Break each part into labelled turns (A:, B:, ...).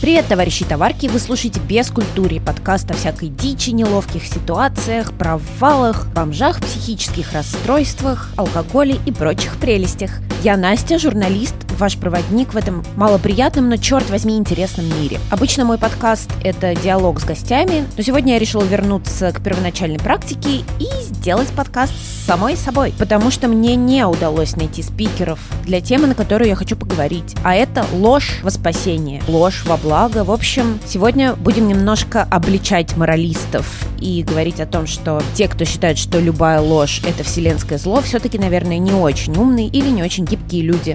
A: Привет, товарищи и товарки! Вы слушаете «Бескультурье», подкаст о всякой дичи, неловких ситуациях, провалах, бомжах, психических расстройствах, алкоголе и прочих прелестях. Я Настя, журналист, ваш проводник в этом малоприятном, но, черт возьми, интересном мире. Обычно мой подкаст — это диалог с гостями, но сегодня я решила вернуться к первоначальной практике и сделать подкаст с самой собой, потому что мне не удалось найти спикеров для темы, на которую я хочу поговорить, а это ложь во спасение, ложь во благо. В общем, сегодня будем немножко обличать моралистов и говорить о том, что те, кто считает, что любая ложь — это вселенское зло, все-таки, наверное, не очень умные или не очень гибкие люди.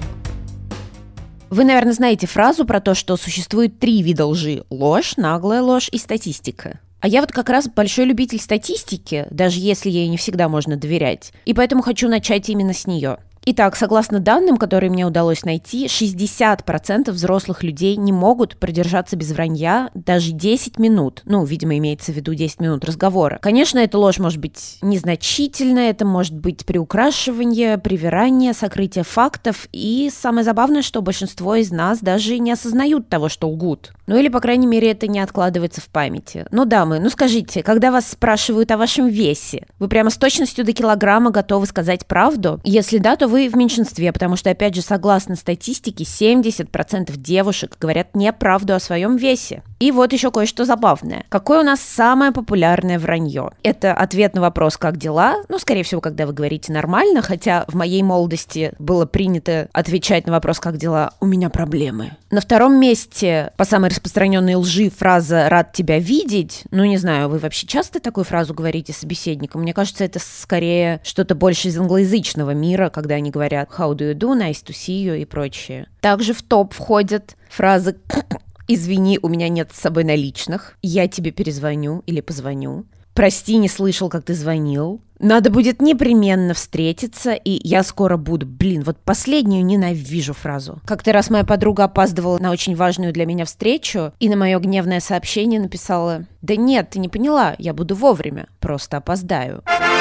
A: Вы, наверное, знаете фразу про то, что существует 3 вида лжи: ложь, наглая ложь и статистика. А я вот как раз большой любитель статистики, даже если ей не всегда можно доверять, и поэтому хочу начать именно с нее. Итак, согласно данным, которые мне удалось найти, 60% взрослых людей не могут продержаться без вранья даже 10 минут. Ну, видимо, имеется в виду 10 минут разговора. Конечно, эта ложь может быть незначительная, это может быть приукрашивание, привирание, сокрытие фактов. И самое забавное, что большинство из нас даже не осознают того, что лгут. Ну или, по крайней мере, это не откладывается в памяти. Ну, дамы, скажите, когда вас спрашивают о вашем весе, вы прямо с точностью до килограмма готовы сказать правду? Если да, то вы в меньшинстве, потому что, опять же, согласно статистике, 70% девушек говорят неправду о своем весе. И вот еще кое-что забавное. Какое у нас самое популярное вранье? Это ответ на вопрос «как дела?». Ну, скорее всего, когда вы говорите нормально, хотя в моей молодости было принято отвечать на вопрос «как дела?», «у меня проблемы». На втором месте по самой распространенной лжи фраза «рад тебя видеть». Ну, не знаю, вы вообще часто такую фразу говорите собеседникам? Мне кажется, это скорее что-то больше из англоязычного мира, когда они говорят «how do you do?», «nice to see you» и прочее. Также в топ входят фразы «извини, у меня нет с собой наличных», «я тебе перезвоню» или «позвоню», «прости, не слышал, как ты звонил», «надо будет непременно встретиться» и «я скоро буду». Вот последнюю ненавижу фразу. Как-то раз моя подруга опаздывала на очень важную для меня встречу и на мое гневное сообщение написала: «Да нет, ты не поняла, я буду вовремя, просто опоздаю».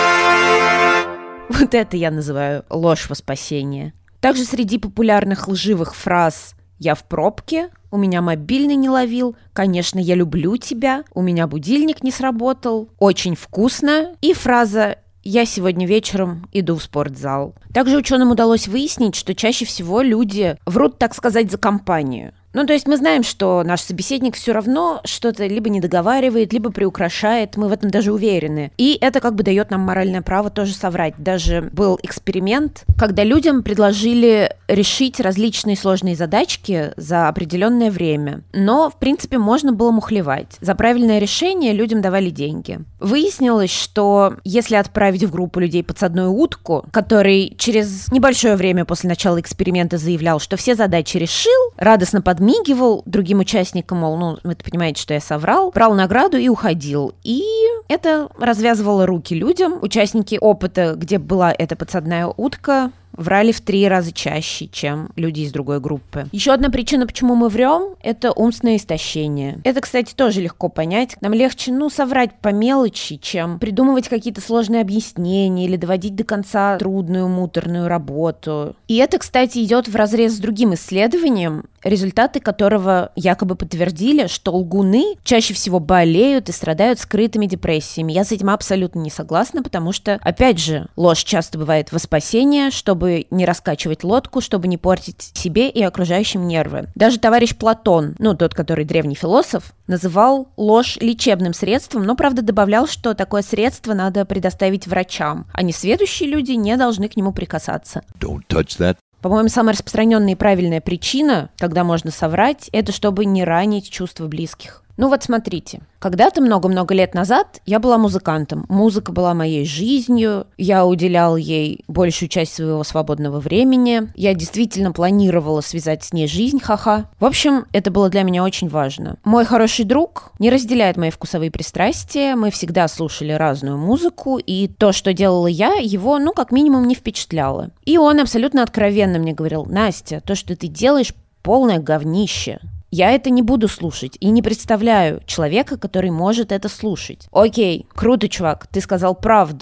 A: Вот это я называю ложь во спасение. Также среди популярных лживых фраз «я в пробке», «у меня мобильный не ловил», «конечно, я люблю тебя», «у меня будильник не сработал», «очень вкусно» и фраза «я сегодня вечером иду в спортзал». Также ученым удалось выяснить, что чаще всего люди врут, так сказать, за компанию. То есть мы знаем, что наш собеседник все равно что-то либо не договаривает, либо приукрашает, мы в этом даже уверены. И это как бы дает нам моральное право тоже соврать. Даже был эксперимент, когда людям предложили решить различные сложные задачки за определенное время. Но, в принципе, можно было мухлевать. За правильное решение людям давали деньги. Выяснилось, что если отправить в группу людей подсадную утку, который через небольшое время после начала эксперимента заявлял, что все задачи решил, радостно подмигивал другим участникам, мол, вы понимаете, что я соврал, брал награду и уходил. И это развязывало руки людям. Участники опыта, где была эта подсадная утка, врали в 3 раза чаще, чем люди из другой группы. Еще одна причина, почему мы врем, это умственное истощение. Это, кстати, тоже легко понять. Нам легче, соврать по мелочи, чем придумывать какие-то сложные объяснения или доводить до конца трудную, муторную работу. И это, кстати, идет вразрез с другим исследованием, результаты которого якобы подтвердили, что лгуны чаще всего болеют и страдают скрытыми депрессиями. Я с этим абсолютно не согласна, потому что, опять же, ложь часто бывает во спасение, чтобы не раскачивать лодку, чтобы не портить себе и окружающим нервы. Даже товарищ Платон, тот, который древний философ, называл ложь лечебным средством, но, правда, добавлял, что такое средство надо предоставить врачам, а несведущие люди не должны к нему прикасаться.
B: Don't touch that.
A: По-моему, самая распространенная и правильная причина, когда можно соврать, это чтобы не ранить чувства близких. Смотрите, когда-то много-много лет назад я была музыкантом. Музыка была моей жизнью, я уделял ей большую часть своего свободного времени, я действительно планировала связать с ней жизнь, ха-ха. В общем, это было для меня очень важно. Мой хороший друг не разделяет мои вкусовые пристрастия, мы всегда слушали разную музыку, и то, что делала я, его, как минимум, не впечатляло. И он абсолютно откровенно мне говорил: «Настя, то, что ты делаешь, полное говнище. Я это не буду слушать и не представляю человека, который может это слушать». Окей, круто, чувак, ты сказал правду.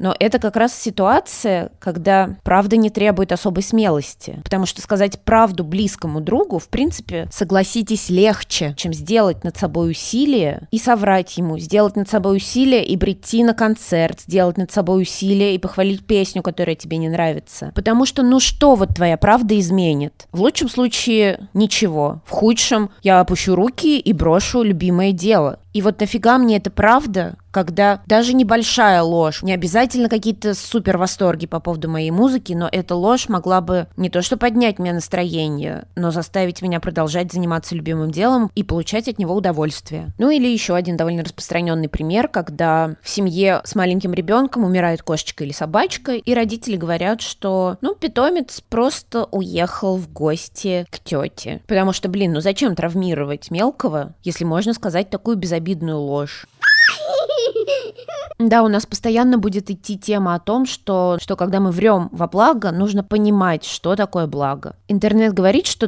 A: Но это как раз ситуация, когда правда не требует особой смелости. Потому что сказать правду близкому другу, в принципе, согласитесь, легче, чем сделать над собой усилие и соврать ему, сделать над собой усилие и прийти на концерт, сделать над собой усилие и похвалить песню, которая тебе не нравится. Потому что, что вот твоя правда изменит? В лучшем случае ничего. В худшем я опущу руки и брошу любимое дело. И вот нафига мне эта правда, когда даже небольшая ложь, не обязательно какие-то супер восторги по поводу моей музыки, но эта ложь могла бы не то что поднять мне настроение, но заставить меня продолжать заниматься любимым делом и получать от него удовольствие. Или еще один довольно распространенный пример, когда в семье с маленьким ребенком умирает кошечка или собачка, и родители говорят, что, питомец просто уехал в гости к тете. Потому что, зачем травмировать мелкого, если можно сказать такую безобидную ложь? Да, у нас постоянно будет идти тема о том, что когда мы врем во благо, нужно понимать, что такое благо. Интернет говорит, что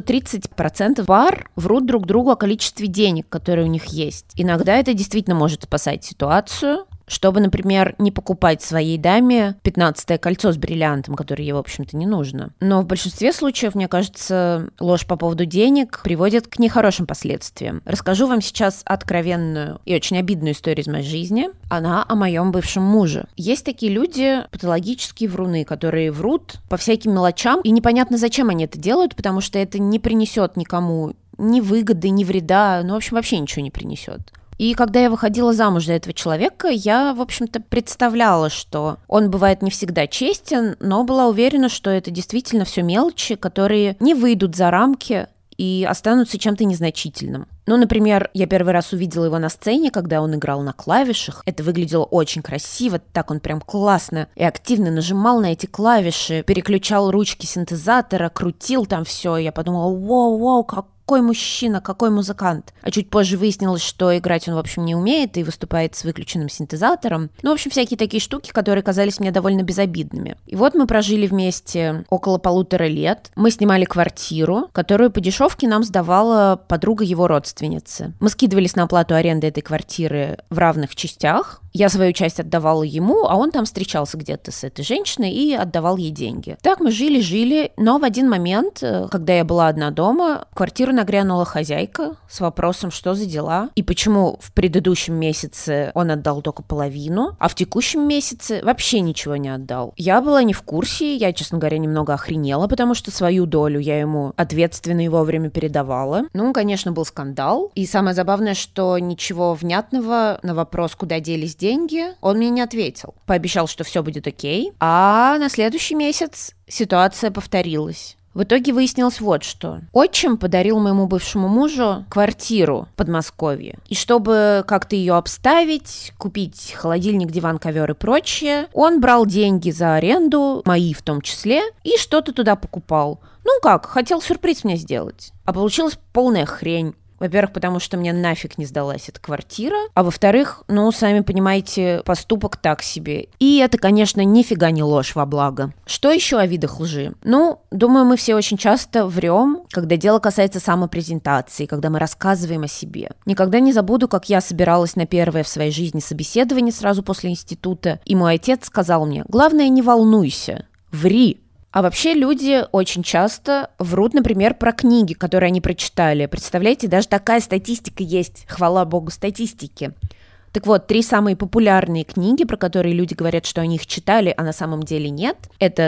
A: 30% пар врут друг другу о количестве денег, которые у них есть. Иногда это действительно может спасать ситуацию, чтобы, например, не покупать своей даме 15-е кольцо с бриллиантом, которое ей, в общем-то, не нужно. Но в большинстве случаев, мне кажется, ложь по поводу денег приводит к нехорошим последствиям. Расскажу вам сейчас откровенную и очень обидную историю из моей жизни. Она о моем бывшем муже. Есть такие люди, патологические вруны, которые врут по всяким мелочам, и непонятно, зачем они это делают, потому что это не принесет никому ни выгоды, ни вреда, в общем, вообще ничего не принесет. И когда я выходила замуж за этого человека, я, в общем-то, представляла, что он бывает не всегда честен, но была уверена, что это действительно все мелочи, которые не выйдут за рамки и останутся чем-то незначительным. Например, я первый раз увидела его на сцене, когда он играл на клавишах. Это выглядело очень красиво, так он прям классно и активно нажимал на эти клавиши, переключал ручки синтезатора, крутил там все. Я подумала, вау, какой мужчина, какой музыкант. А чуть позже выяснилось, что играть он, в общем, не умеет и выступает с выключенным синтезатором. В общем, всякие такие штуки, которые казались мне довольно безобидными. И вот мы прожили вместе около 1,5 лет. Мы снимали квартиру, которую по дешевке нам сдавала подруга его родственницы. Мы скидывались на оплату аренды этой квартиры в равных частях. Я свою часть отдавала ему, а он там встречался где-то с этой женщиной и отдавал ей деньги. Так мы жили, но в один момент, когда я была одна дома, в квартиру нагрянула хозяйка с вопросом, что за дела, и почему в предыдущем месяце он отдал только половину, а в текущем месяце вообще ничего не отдал. Я была не в курсе, я, честно говоря, немного охренела, потому что свою долю я ему ответственно и вовремя передавала. Конечно, был скандал, и самое забавное, что ничего внятного на вопрос, куда делись деньги, он мне не ответил. Пообещал, что все будет окей, а на следующий месяц ситуация повторилась. В итоге выяснилось вот что. Отчим подарил моему бывшему мужу квартиру в Подмосковье. И чтобы как-то ее обставить, купить холодильник, диван, ковер и прочее, он брал деньги за аренду, мои в том числе, и что-то туда покупал. Хотел сюрприз мне сделать. А получилась полная хрень. Во-первых, потому что мне нафиг не сдалась эта квартира, а во-вторых, сами понимаете, поступок так себе. И это, конечно, нифига не ложь во благо. Что еще о видах лжи? Думаю, мы все очень часто врем, когда дело касается самопрезентации, когда мы рассказываем о себе. Никогда не забуду, как я собиралась на первое в своей жизни собеседование сразу после института, и мой отец сказал мне: «Главное, не волнуйся, ври». А вообще люди очень часто врут, например, про книги, которые они прочитали. Представляете, даже такая статистика есть, хвала богу, статистики. Так вот, 3 самые популярные книги, про которые люди говорят, что они их читали, а на самом деле нет, это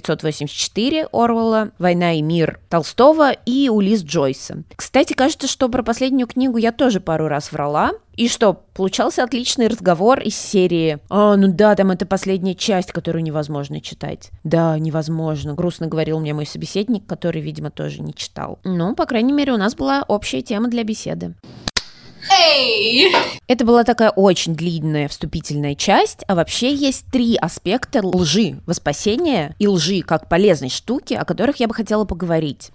A: 1984 Оруэлла, «Война и мир» Толстого и «Улисс» Джойса. Кстати, кажется, что про последнюю книгу я тоже пару раз врала. И что, получался отличный разговор из серии там это последняя часть, которую невозможно читать. Да, невозможно, грустно говорил мне мой собеседник, который, видимо, тоже не читал. По крайней мере, у нас была общая тема для беседы. Это была такая очень длинная вступительная часть, а вообще есть 3 аспекта лжи во спасение и лжи как полезной штуки, о которых я бы хотела поговорить.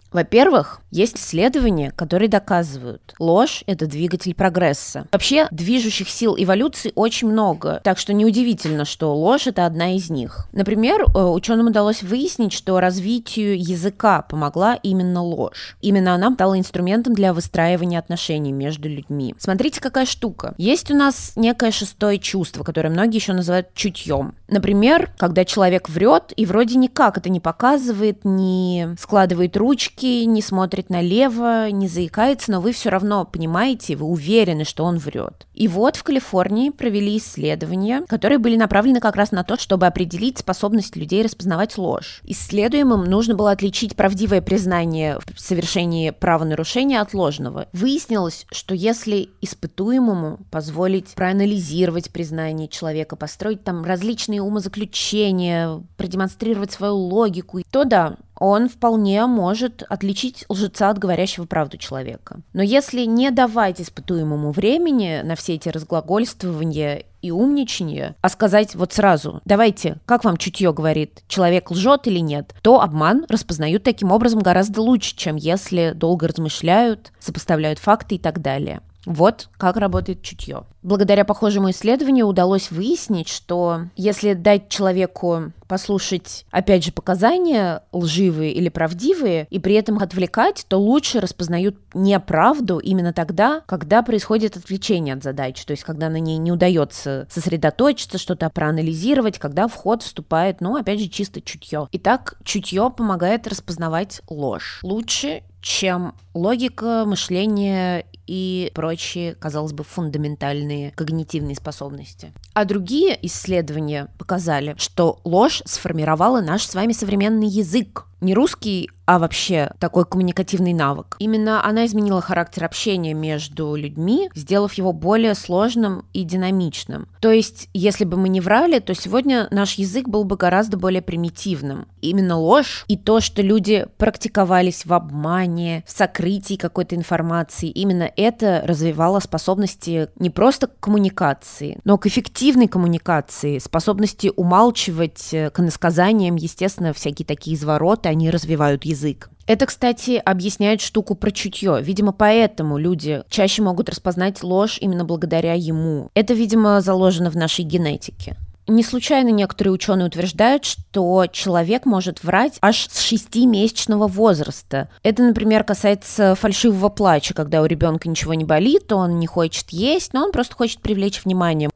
A: Во-первых, есть исследования, которые доказывают, ложь – это двигатель прогресса. Вообще, движущих сил эволюции очень много, так что неудивительно, что ложь – это одна из них. Например, ученым удалось выяснить, что развитию языка помогла именно ложь. Именно она стала инструментом для выстраивания отношений между людьми. Смотрите, какая штука. Есть у нас некое шестое чувство, которое многие еще называют чутьем. Например, когда человек врет и вроде никак это не показывает, не складывает ручки, не смотрит налево, не заикается, но вы все равно понимаете, вы уверены, что он врет. И вот в Калифорнии провели исследования, которые были направлены как раз на то, чтобы определить способность людей распознавать ложь. Исследуемым нужно было отличить правдивое признание в совершении правонарушения от ложного. Выяснилось, что если испытуемому позволить проанализировать признание человека, построить там различные умозаключения, продемонстрировать свою логику, то да, он вполне может отличить лжеца от говорящего правду человека. Но если не давать испытуемому времени на все эти разглагольствования и умничанье, а сказать вот сразу: давайте, как вам чутье говорит, человек лжет или нет, то обман распознают таким образом гораздо лучше, чем если долго размышляют, сопоставляют факты и так далее. Вот как работает чутье. Благодаря похожему исследованию удалось выяснить, что если дать человеку послушать, опять же, показания лживые или правдивые, и при этом отвлекать, то лучше распознают неправду именно тогда, когда происходит отвлечение от задачи, то есть когда на ней не удается сосредоточиться, что-то проанализировать, когда в ход вступает, опять же, чисто чутье. Итак, чутье помогает распознавать ложь лучше, чем логика, мышление и прочие, казалось бы, фундаментальные когнитивные способности. А другие исследования показали, что ложь сформировала наш с вами современный язык. Не русский, а вообще такой коммуникативный навык. Именно она изменила характер общения между людьми, сделав его более сложным и динамичным. То есть, если бы мы не врали, то сегодня наш язык был бы гораздо более примитивным. Именно ложь и то, что люди практиковались в обмане, в сокрытии какой-то информации, именно это развивало способности не просто к коммуникации, но к эффективной коммуникации, способности умалчивать к иносказаниям, естественно, всякие такие извороты, они развивают язык. Это, кстати, объясняет штуку про чутье. Видимо, поэтому люди чаще могут распознать ложь именно благодаря ему. Это, видимо, заложено в нашей генетике. Не случайно некоторые ученые утверждают, что человек может врать аж с 6-месячного возраста. Это, например, касается фальшивого плача, когда у ребенка ничего не болит, он не хочет есть, но он просто хочет привлечь внимание.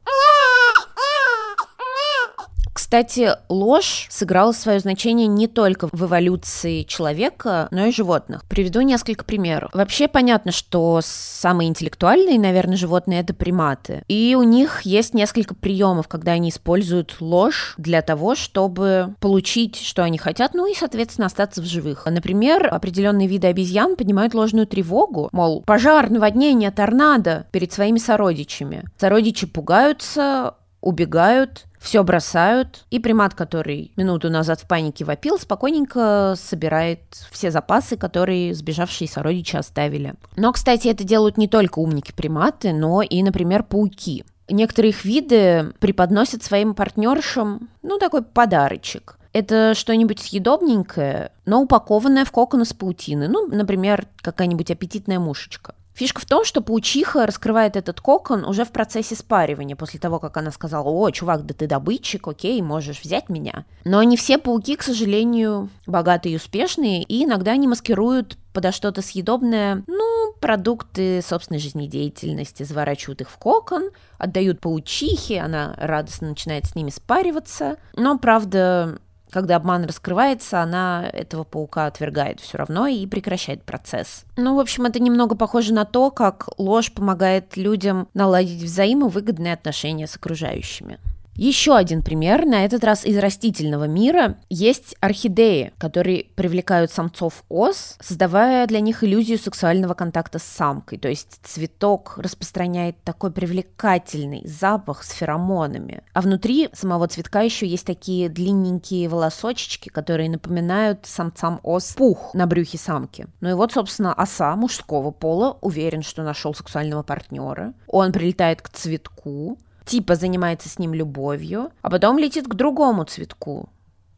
A: Кстати, ложь сыграла свое значение не только в эволюции человека, но и животных. Приведу несколько примеров. Вообще понятно, что самые интеллектуальные, наверное, животные — это приматы. И у них есть несколько приемов, когда они используют ложь для того, чтобы получить, что они хотят, и, соответственно, остаться в живых. Например, определенные виды обезьян поднимают ложную тревогу, мол, пожар, наводнение, торнадо перед своими сородичами. Сородичи пугаются, убегают, все бросают, и примат, который минуту назад в панике вопил, спокойненько собирает все запасы, которые сбежавшие сородичи оставили. Но, кстати, это делают не только умники-приматы, но и, например, пауки. Некоторые их виды преподносят своим партнершам, такой подарочек. Это что-нибудь съедобненькое, но упакованное в кокон из паутины, например, какая-нибудь аппетитная мушечка. Фишка в том, что паучиха раскрывает этот кокон уже в процессе спаривания, после того, как она сказала: «О, чувак, да ты добытчик, окей, можешь взять меня». Но не все пауки, к сожалению, богатые и успешные, и иногда они маскируют подо что-то съедобное, продукты собственной жизнедеятельности, заворачивают их в кокон, отдают паучихе, она радостно начинает с ними спариваться, но, правда, когда обман раскрывается, она этого паука отвергает все равно и прекращает процесс. В общем, это немного похоже на то, как ложь помогает людям наладить взаимовыгодные отношения с окружающими. Еще один пример, на этот раз из растительного мира. Есть орхидеи, которые привлекают самцов ос, создавая для них иллюзию сексуального контакта с самкой. То есть цветок распространяет такой привлекательный запах с феромонами. А внутри самого цветка еще есть такие длинненькие волосочки, которые напоминают самцам ос пух на брюхе самки. И вот, собственно, оса мужского пола уверен, что нашел сексуального партнера. Он прилетает к цветку, занимается с ним любовью, а потом летит к другому цветку.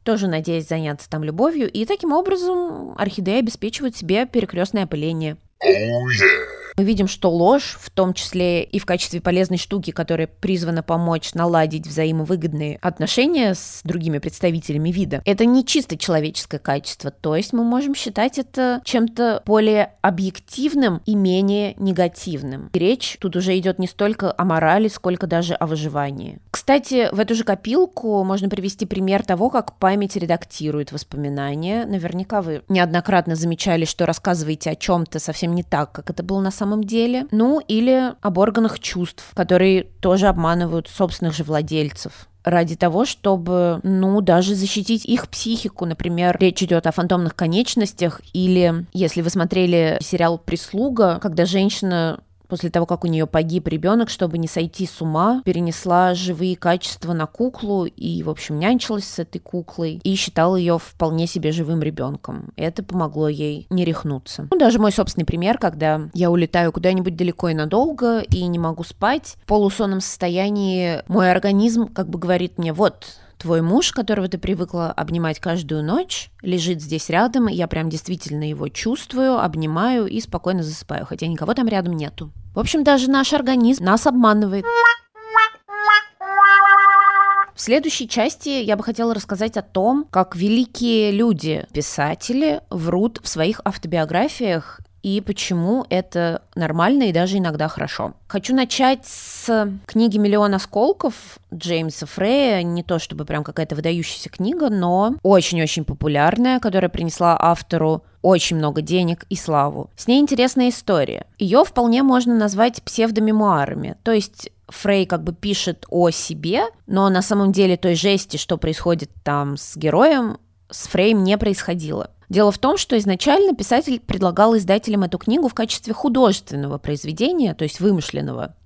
A: тоже надеясь заняться там любовью, и таким образом орхидеи обеспечивают себе перекрестное опыление. Мы видим, что ложь, в том числе и в качестве полезной штуки, которая призвана помочь наладить взаимовыгодные отношения с другими представителями вида, это не чисто человеческое качество, то есть мы можем считать это чем-то более объективным и менее негативным. И речь тут уже идет не столько о морали, сколько даже о выживании. Кстати, в эту же копилку можно привести пример того, как память редактирует воспоминания. Наверняка вы неоднократно замечали, что рассказываете о чем-то совсем не так, как это было на самом деле. Ну, или об органах чувств, которые тоже обманывают собственных же владельцев. Ради того, чтобы, даже защитить их психику. Например, речь идет о фантомных конечностях, или, если вы смотрели сериал «Прислуга», когда женщина после того, как у нее погиб ребенок, чтобы не сойти с ума, перенесла живые качества на куклу и, в общем, нянчилась с этой куклой и считала ее вполне себе живым ребенком. Это помогло ей не рехнуться. Даже мой собственный пример, когда я улетаю куда-нибудь далеко и надолго и не могу спать, в полусонном состоянии мой организм как бы говорит мне: вот, твой муж, которого ты привыкла обнимать каждую ночь, лежит здесь рядом, и я прям действительно его чувствую, обнимаю и спокойно засыпаю, хотя никого там рядом нету. В общем, даже наш организм нас обманывает. В следующей части я бы хотела рассказать о том, как великие люди, писатели, врут в своих автобиографиях, и почему это нормально и даже иногда хорошо. Хочу начать с книги «Миллион осколков» Джеймса Фрея. Не то чтобы прям какая-то выдающаяся книга, но очень-очень популярная, которая принесла автору очень много денег и славу. С ней интересная история. Ее вполне можно назвать псевдомемуарами. То есть Фрей как бы пишет о себе, но на самом деле той жести, что происходит там с героем, с Фреем не происходило. Дело в том, что изначально писатель предлагал издателям эту книгу в качестве художественного произведения, то есть вымышленного.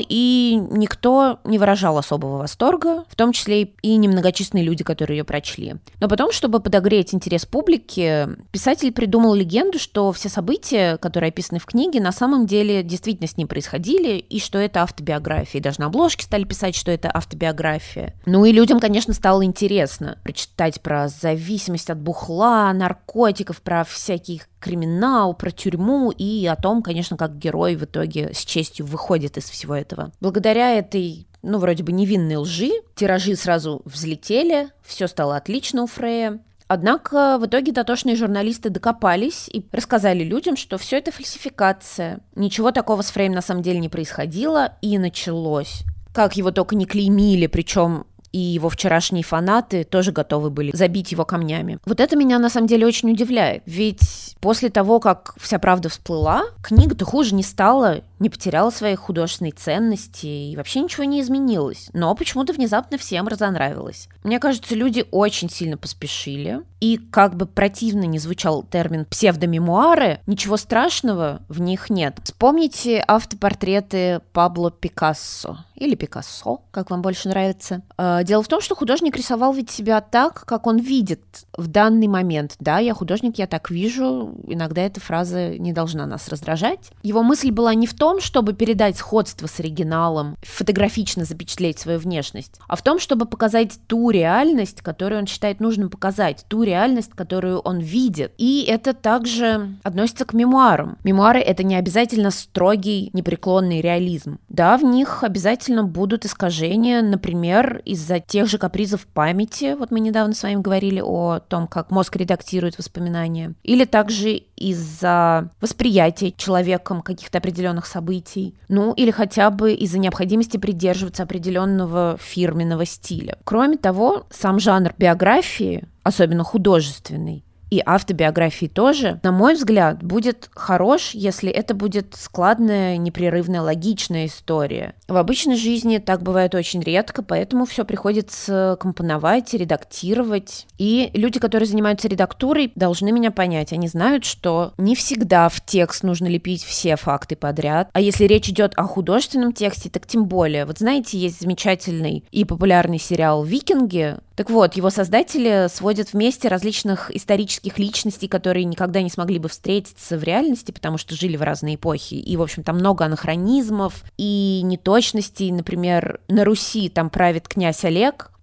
A: И никто не выражал особого восторга, в том числе и немногочисленные люди, которые ее прочли. Но потом, чтобы подогреть интерес публики, писатель придумал легенду, что все события, которые описаны в книге, на самом деле действительно с ним происходили, и что это автобиография. И даже на обложке стали писать, что это автобиография. И людям, конечно, стало интересно прочитать про зависимость от бухла, наркотиков, про всякий криминал, про тюрьму и о том, конечно, как герой в итоге с честью выходит из всего этого. Благодаря этой, вроде бы невинной лжи, тиражи сразу взлетели, все стало отлично у Фрея. Однако в итоге дотошные журналисты докопались и рассказали людям, что все это фальсификация. Ничего такого с Фреем на самом деле не происходило, и началось. Как его только не клеймили, причем и его вчерашние фанаты тоже готовы были забить его камнями. Вот это меня на самом деле очень удивляет, ведь после того, как вся правда всплыла, книга-то хуже не стала, не потеряла своей художественной ценности и вообще ничего не изменилось. Но почему-то внезапно всем разонравилось. Мне кажется, люди очень сильно поспешили, и как бы противно ни звучал термин псевдомемуары, ничего страшного в них нет. Вспомните автопортреты Пабло Пикассо. Или Пикассо, как вам больше нравится. Дело в том, что художник рисовал ведь себя так, как он видит в данный момент. Да, я художник, я так вижу. Иногда эта фраза не должна нас раздражать. Его мысль была не в том, чтобы передать сходство с оригиналом, фотографично запечатлеть свою внешность, а в том, чтобы показать ту реальность, которую он считает нужным показать, ту реальность, которую он видит. И это также относится к мемуарам. Мемуары — это не обязательно строгий, непреклонный реализм. Да, в них обязательно будут искажения, например, из-за тех же капризов памяти. Вот мы недавно с вами говорили о том, как мозг редактирует воспоминания. Или также из-за восприятия человеком каких-то определенных событий. Или хотя бы из-за необходимости придерживаться определенного фирменного стиля. Кроме того, сам жанр биографии, особенно художественный, и автобиографии тоже, на мой взгляд, будет хорош, если это будет складная, непрерывная, логичная история. В обычной жизни так бывает очень редко, поэтому все приходится компоновать, редактировать. И люди, которые занимаются редактурой, должны меня понять. Они знают, что не всегда в текст нужно лепить все факты подряд. А если речь идет о художественном тексте, так тем более. Вот знаете, есть замечательный и популярный сериал «Викинги». Так вот, его создатели сводят вместе различных исторических личностей, которые никогда не смогли бы встретиться в реальности, потому что жили в разные эпохи. И, в общем, там много анахронизмов и неточностей. Например, на Руси там правит князь Олег,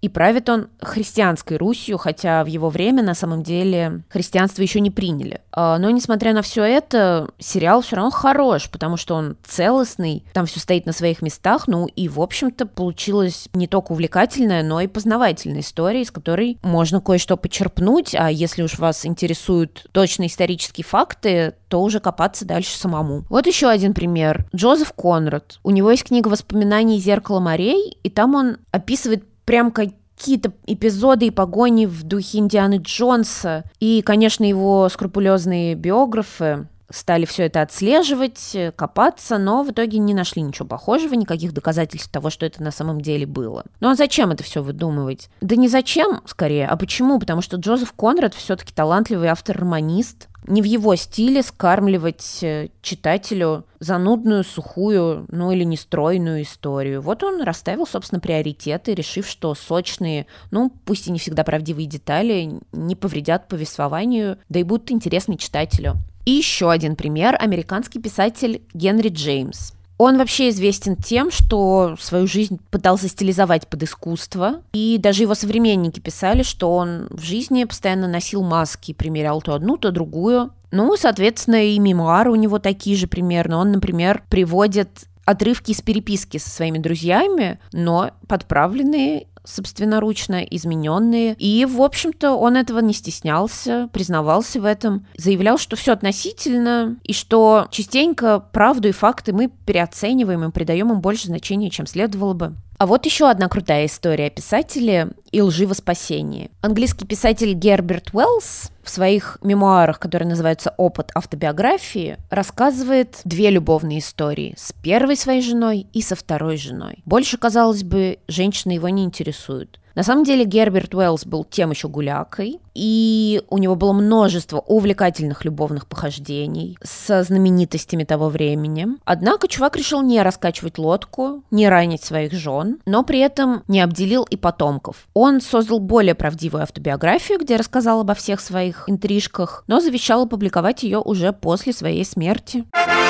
A: И правит он христианской Русью, хотя в его время на самом деле христианство еще не приняли. Но, несмотря на все это, сериал все равно хорош, потому что он целостный, там все стоит на своих местах, ну и, в общем-то, получилась не только увлекательная, но и познавательная история, из которой можно кое-что почерпнуть, а если уж вас интересуют точные исторические факты, то уже копаться дальше самому. Вот еще один пример. Джозеф Конрад. У него есть книга воспоминаний «Зеркало морей», и там он описывает прям какие-то эпизоды и погони в духе Индианы Джонса. И, конечно, его скрупулезные биографы стали все это отслеживать, копаться, но в итоге не нашли ничего похожего, никаких доказательств того, что это на самом деле было. Ну а зачем это все выдумывать? Да не зачем, скорее, а почему? Потому что Джозеф Конрад все-таки талантливый автор-романист. Не в его стиле скармливать читателю занудную, сухую, ну или нестройную историю. Вот он расставил, собственно, приоритеты, решив, что сочные, ну пусть и не всегда правдивые детали не повредят повествованию, да и будут интересны читателю. И еще один пример – американский писатель Генри Джеймс. Он вообще известен тем, что свою жизнь пытался стилизовать под искусство, и даже его современники писали, что он в жизни постоянно носил маски, примерял то одну, то другую. Ну, соответственно, и мемуары у него такие же примерно. Он, например, приводит отрывки из переписки со своими друзьями, но подправленные собственноручно, измененные. И, в общем-то, он этого не стеснялся, признавался в этом, заявлял, что все относительно, и что частенько правду и факты мы переоцениваем и придаем им больше значения, чем следовало бы. А вот еще одна крутая история о писателе и лживоспасении. Английский писатель Герберт Уэллс в своих мемуарах, которые называются «Опыт автобиографии», рассказывает две любовные истории с первой своей женой и со второй женой. Больше, казалось бы, женщины его не интересуют. На самом деле Герберт Уэллс был тем еще гулякой, и у него было множество увлекательных любовных похождений со знаменитостями того времени. Однако чувак решил не раскачивать лодку, не ранить своих жен, но при этом не обделил и потомков. Он создал более правдивую автобиографию, где рассказал обо всех своих интрижках, но завещал опубликовать ее уже после своей смерти.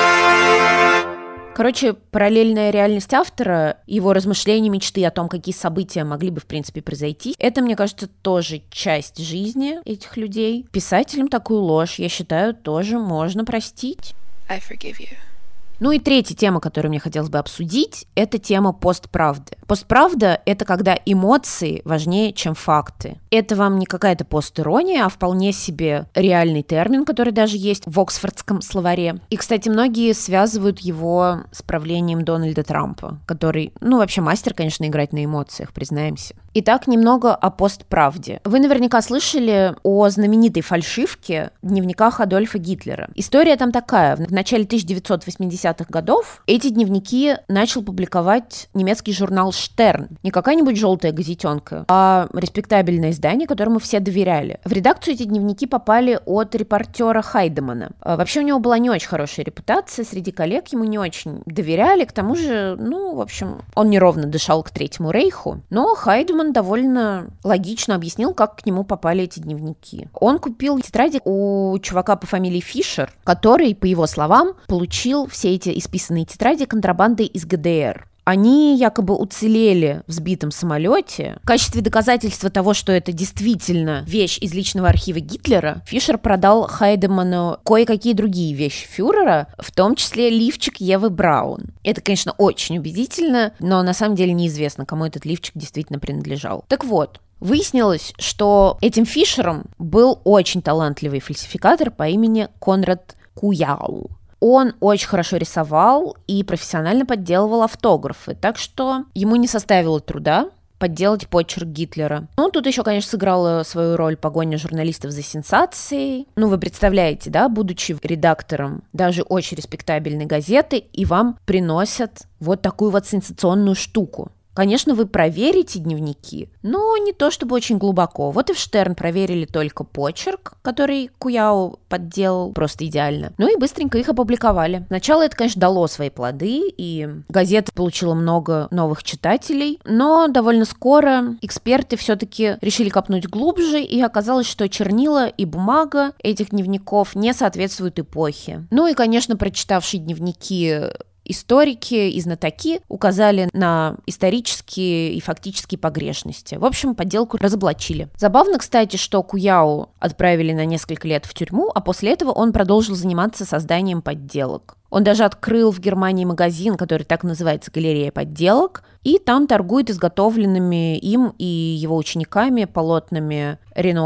A: Короче, параллельная реальность автора, его размышления, мечты о том, какие события могли бы, в принципе, произойти, это, мне кажется, тоже часть жизни этих людей. Писателям такую ложь, я считаю, тоже можно простить.
B: I forgive you.
A: Ну и третья тема, которую мне хотелось бы обсудить, это тема постправды. Постправда — это когда эмоции важнее, чем факты. Это вам не какая-то постирония, а вполне себе реальный термин, который даже есть в Оксфордском словаре. И, кстати, многие связывают его с правлением Дональда Трампа, который, ну, вообще мастер, конечно, играть на эмоциях, признаемся. Итак, немного о постправде. Вы наверняка слышали о знаменитой фальшивке в дневниках Адольфа Гитлера. История там такая. В начале 1980-х годов эти дневники начал публиковать немецкий журнал «Штерн». Не какая-нибудь желтая газетенка, а респектабельное издание, которому все доверяли. В редакцию эти дневники попали от репортера Хайдемана. Вообще у него была не очень хорошая репутация, среди коллег ему не очень доверяли, к тому же, ну, в общем, он неровно дышал к Третьему рейху, но Хайдеман довольно логично объяснил, как к нему попали эти дневники. Он купил тетради у чувака по фамилии Фишер, который, по его словам, получил все эти исписанные тетради контрабандой из ГДР. Они якобы уцелели в сбитом самолете. В качестве доказательства того, что это действительно вещь из личного архива Гитлера, Фишер продал Хайдеману кое-какие другие вещи фюрера, в том числе лифчик Евы Браун. Это, конечно, очень убедительно, но на самом деле неизвестно, кому этот лифчик действительно принадлежал. Так вот, выяснилось, что этим Фишером был очень талантливый фальсификатор по имени Конрад Куяу. Он очень хорошо рисовал и профессионально подделывал автографы, так что ему не составило труда подделать почерк Гитлера. Ну, тут еще, конечно, сыграла свою роль погоня журналистов за сенсацией. Ну, вы представляете, да, будучи редактором даже очень респектабельной газеты, и вам приносят вот такую вот сенсационную штуку. Конечно, вы проверите дневники, но не то чтобы очень глубоко. Вот и в Штерн проверили только почерк, который Куяу подделал просто идеально. Ну и быстренько их опубликовали. Сначала это, конечно, дало свои плоды, и газета получила много новых читателей, но довольно скоро эксперты все-таки решили копнуть глубже, и оказалось, что чернила и бумага этих дневников не соответствуют эпохе. Ну и, конечно, прочитавший дневники историки и знатоки указали на исторические и фактические погрешности. В общем, подделку разоблачили. Забавно, кстати, что Куяо отправили на несколько лет в тюрьму, а после этого он продолжил заниматься созданием подделок. Он даже открыл в Германии магазин, который так называется «Галерея подделок», и там торгует изготовленными им и его учениками полотнами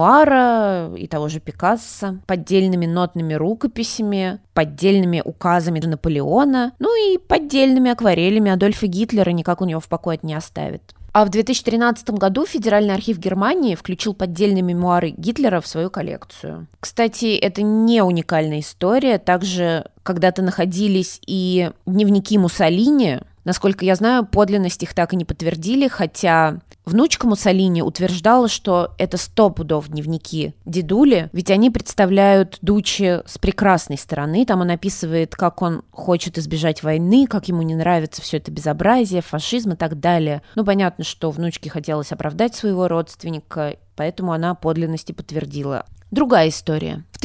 A: Ренуара и того же Пикассо, поддельными нотными рукописями, поддельными указами Наполеона, ну и поддельными акварелями Адольфа Гитлера, никак у него в покое не оставит. А в 2013 году Федеральный архив Германии включил поддельные мемуары Гитлера в свою коллекцию. Кстати, это не уникальная история. Также когда-то находились и дневники Муссолини. Насколько я знаю, подлинность их так и не подтвердили, хотя внучка Муссолини утверждала, что это 100 пудов дневники дедули, ведь они представляют Дуччи с прекрасной стороны. Там он описывает, как он хочет избежать войны, как ему не нравится все это безобразие, фашизм и так далее. Ну, понятно, что внучке хотелось оправдать своего родственника, поэтому она подлинности подтвердила. Другая история. В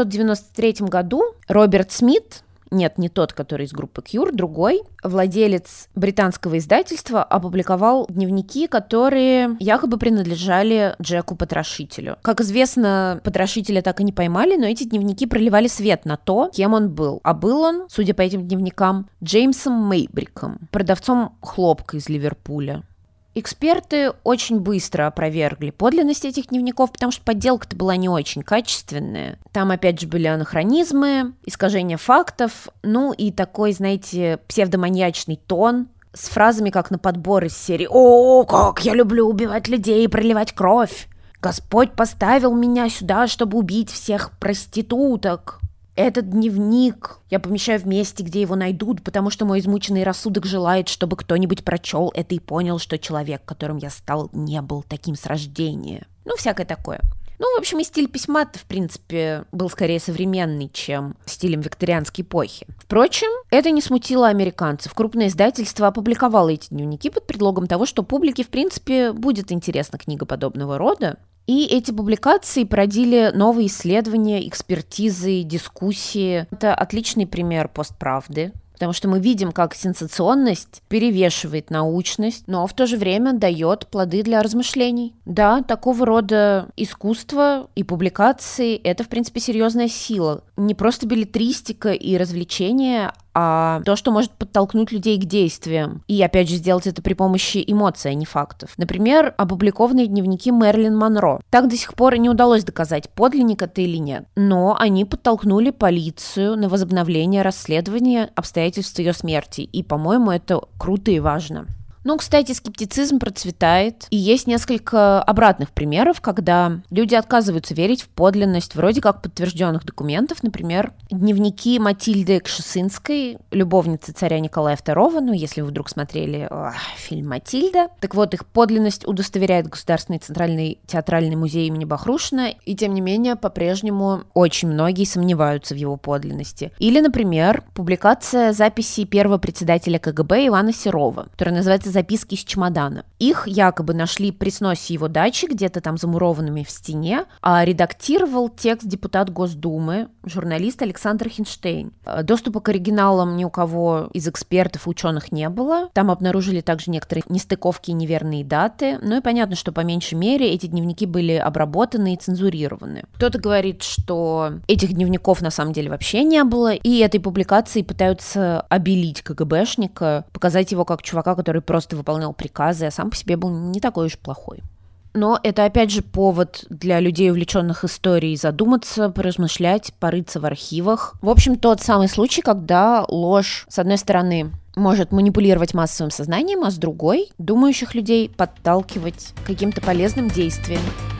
A: 1993 году Роберт Смит, нет, не тот, который из группы Cure, другой, владелец британского издательства, опубликовал дневники, которые якобы принадлежали Джеку-потрошителю. Как известно, потрошителя так и не поймали, но эти дневники проливали свет на то, кем он был. А был он, судя по этим дневникам, Джеймсом Мейбриком, продавцом хлопка из Ливерпуля. Эксперты очень быстро опровергли подлинность этих дневников, потому что подделка-то была не очень качественная. Там, опять же, были анахронизмы, искажения фактов, ну и такой, знаете, псевдоманьячный тон с фразами, как на подбор из серии «О, как я люблю убивать людей и проливать кровь! Господь поставил меня сюда, чтобы убить всех проституток!» Этот дневник я помещаю в месте, где его найдут, потому что мой измученный рассудок желает, чтобы кто-нибудь прочел это и понял, что человек, которым я стал, не был таким с рождения. Ну, всякое такое. Ну, в общем, и стиль письма-то, в принципе, был скорее современный, чем стилем викторианской эпохи. Впрочем, это не смутило американцев. Крупное издательство опубликовало эти дневники под предлогом того, что публике, в принципе, будет интересна книга подобного рода. И эти публикации породили новые исследования, экспертизы, дискуссии. Это отличный пример постправды, потому что мы видим, как сенсационность перевешивает научность, но в то же время дает плоды для размышлений. Да, такого рода искусство и публикации – это, в принципе, серьезная сила. Не просто беллетристика и развлечения, а то, что может подтолкнуть людей к действиям. И, опять же, сделать это при помощи эмоций, а не фактов. Например, опубликованные дневники Мэрилин Монро. Так до сих пор и не удалось доказать, подлинник это или нет. Но они подтолкнули полицию на возобновление расследования обстоятельств ее смерти. И, по-моему, это круто и важно. Ну, кстати, скептицизм процветает, и есть несколько обратных примеров, когда люди отказываются верить в подлинность вроде как подтвержденных документов, например, дневники Матильды Кшесинской, любовницы царя Николая II, ну, если вы вдруг смотрели фильм «Матильда». Так вот, их подлинность удостоверяет Государственный Центральный театральный музей имени Бахрушина, и, тем не менее, по-прежнему очень многие сомневаются в его подлинности. Или, например, публикация записей первого председателя КГБ Ивана Серова, которая называется «Записки из чемодана». Их якобы нашли при сносе его дачи, где-то там замурованными в стене, а редактировал текст депутат Госдумы, журналист Александр Хинштейн. Доступа к оригиналам ни у кого из экспертов и ученых не было. Там обнаружили также некоторые нестыковки и неверные даты. Ну и понятно, что по меньшей мере эти дневники были обработаны и цензурированы. Кто-то говорит, что этих дневников на самом деле вообще не было, и этой публикацией пытаются обелить КГБшника, показать его как чувака, который просто выполнял приказы, а сам по себе был не такой уж плохой. Но это, опять же, повод для людей, увлеченных историей, задуматься, поразмышлять, порыться в архивах. В общем, тот самый случай, когда ложь, с одной стороны, может манипулировать массовым сознанием, а с другой – думающих людей подталкивать к каким-то полезным действиям.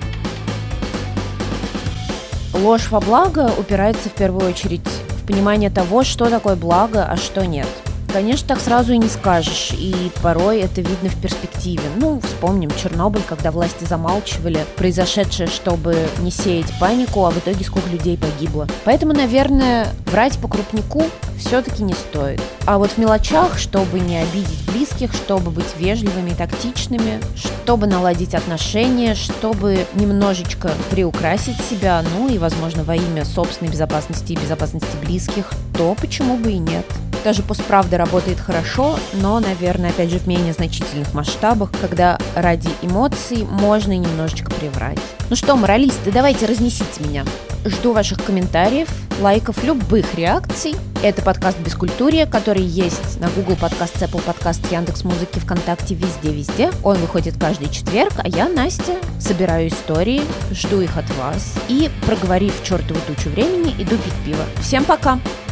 A: Ложь во благо упирается в первую очередь в понимание того, что такое благо, а что нет. Конечно, так сразу и не скажешь, и порой это видно в перспективе. Ну, вспомним Чернобыль, когда власти замалчивали произошедшее, чтобы не сеять панику, а в итоге сколько людей погибло. Поэтому, наверное, врать по крупнику все-таки не стоит. А вот в мелочах, чтобы не обидеть близких, чтобы быть вежливыми и тактичными, чтобы наладить отношения, чтобы немножечко приукрасить себя, ну и, возможно, во имя собственной безопасности и безопасности близких, то почему бы и нет. Даже постправда работает хорошо, но, наверное, опять же в менее значительных масштабах, когда ради эмоций можно и немножечко приврать. Ну что, моралисты, давайте разнесите меня. Жду ваших комментариев, лайков, любых реакций. Это подкаст «Бескультурье», который есть на Google Подкаст, Apple Подкаст, Яндекс.Музыке, ВКонтакте, везде-везде. Он выходит каждый четверг, а я, Настя, собираю истории, жду их от вас и, проговорив чертову тучу времени, иду пить пиво. Всем пока!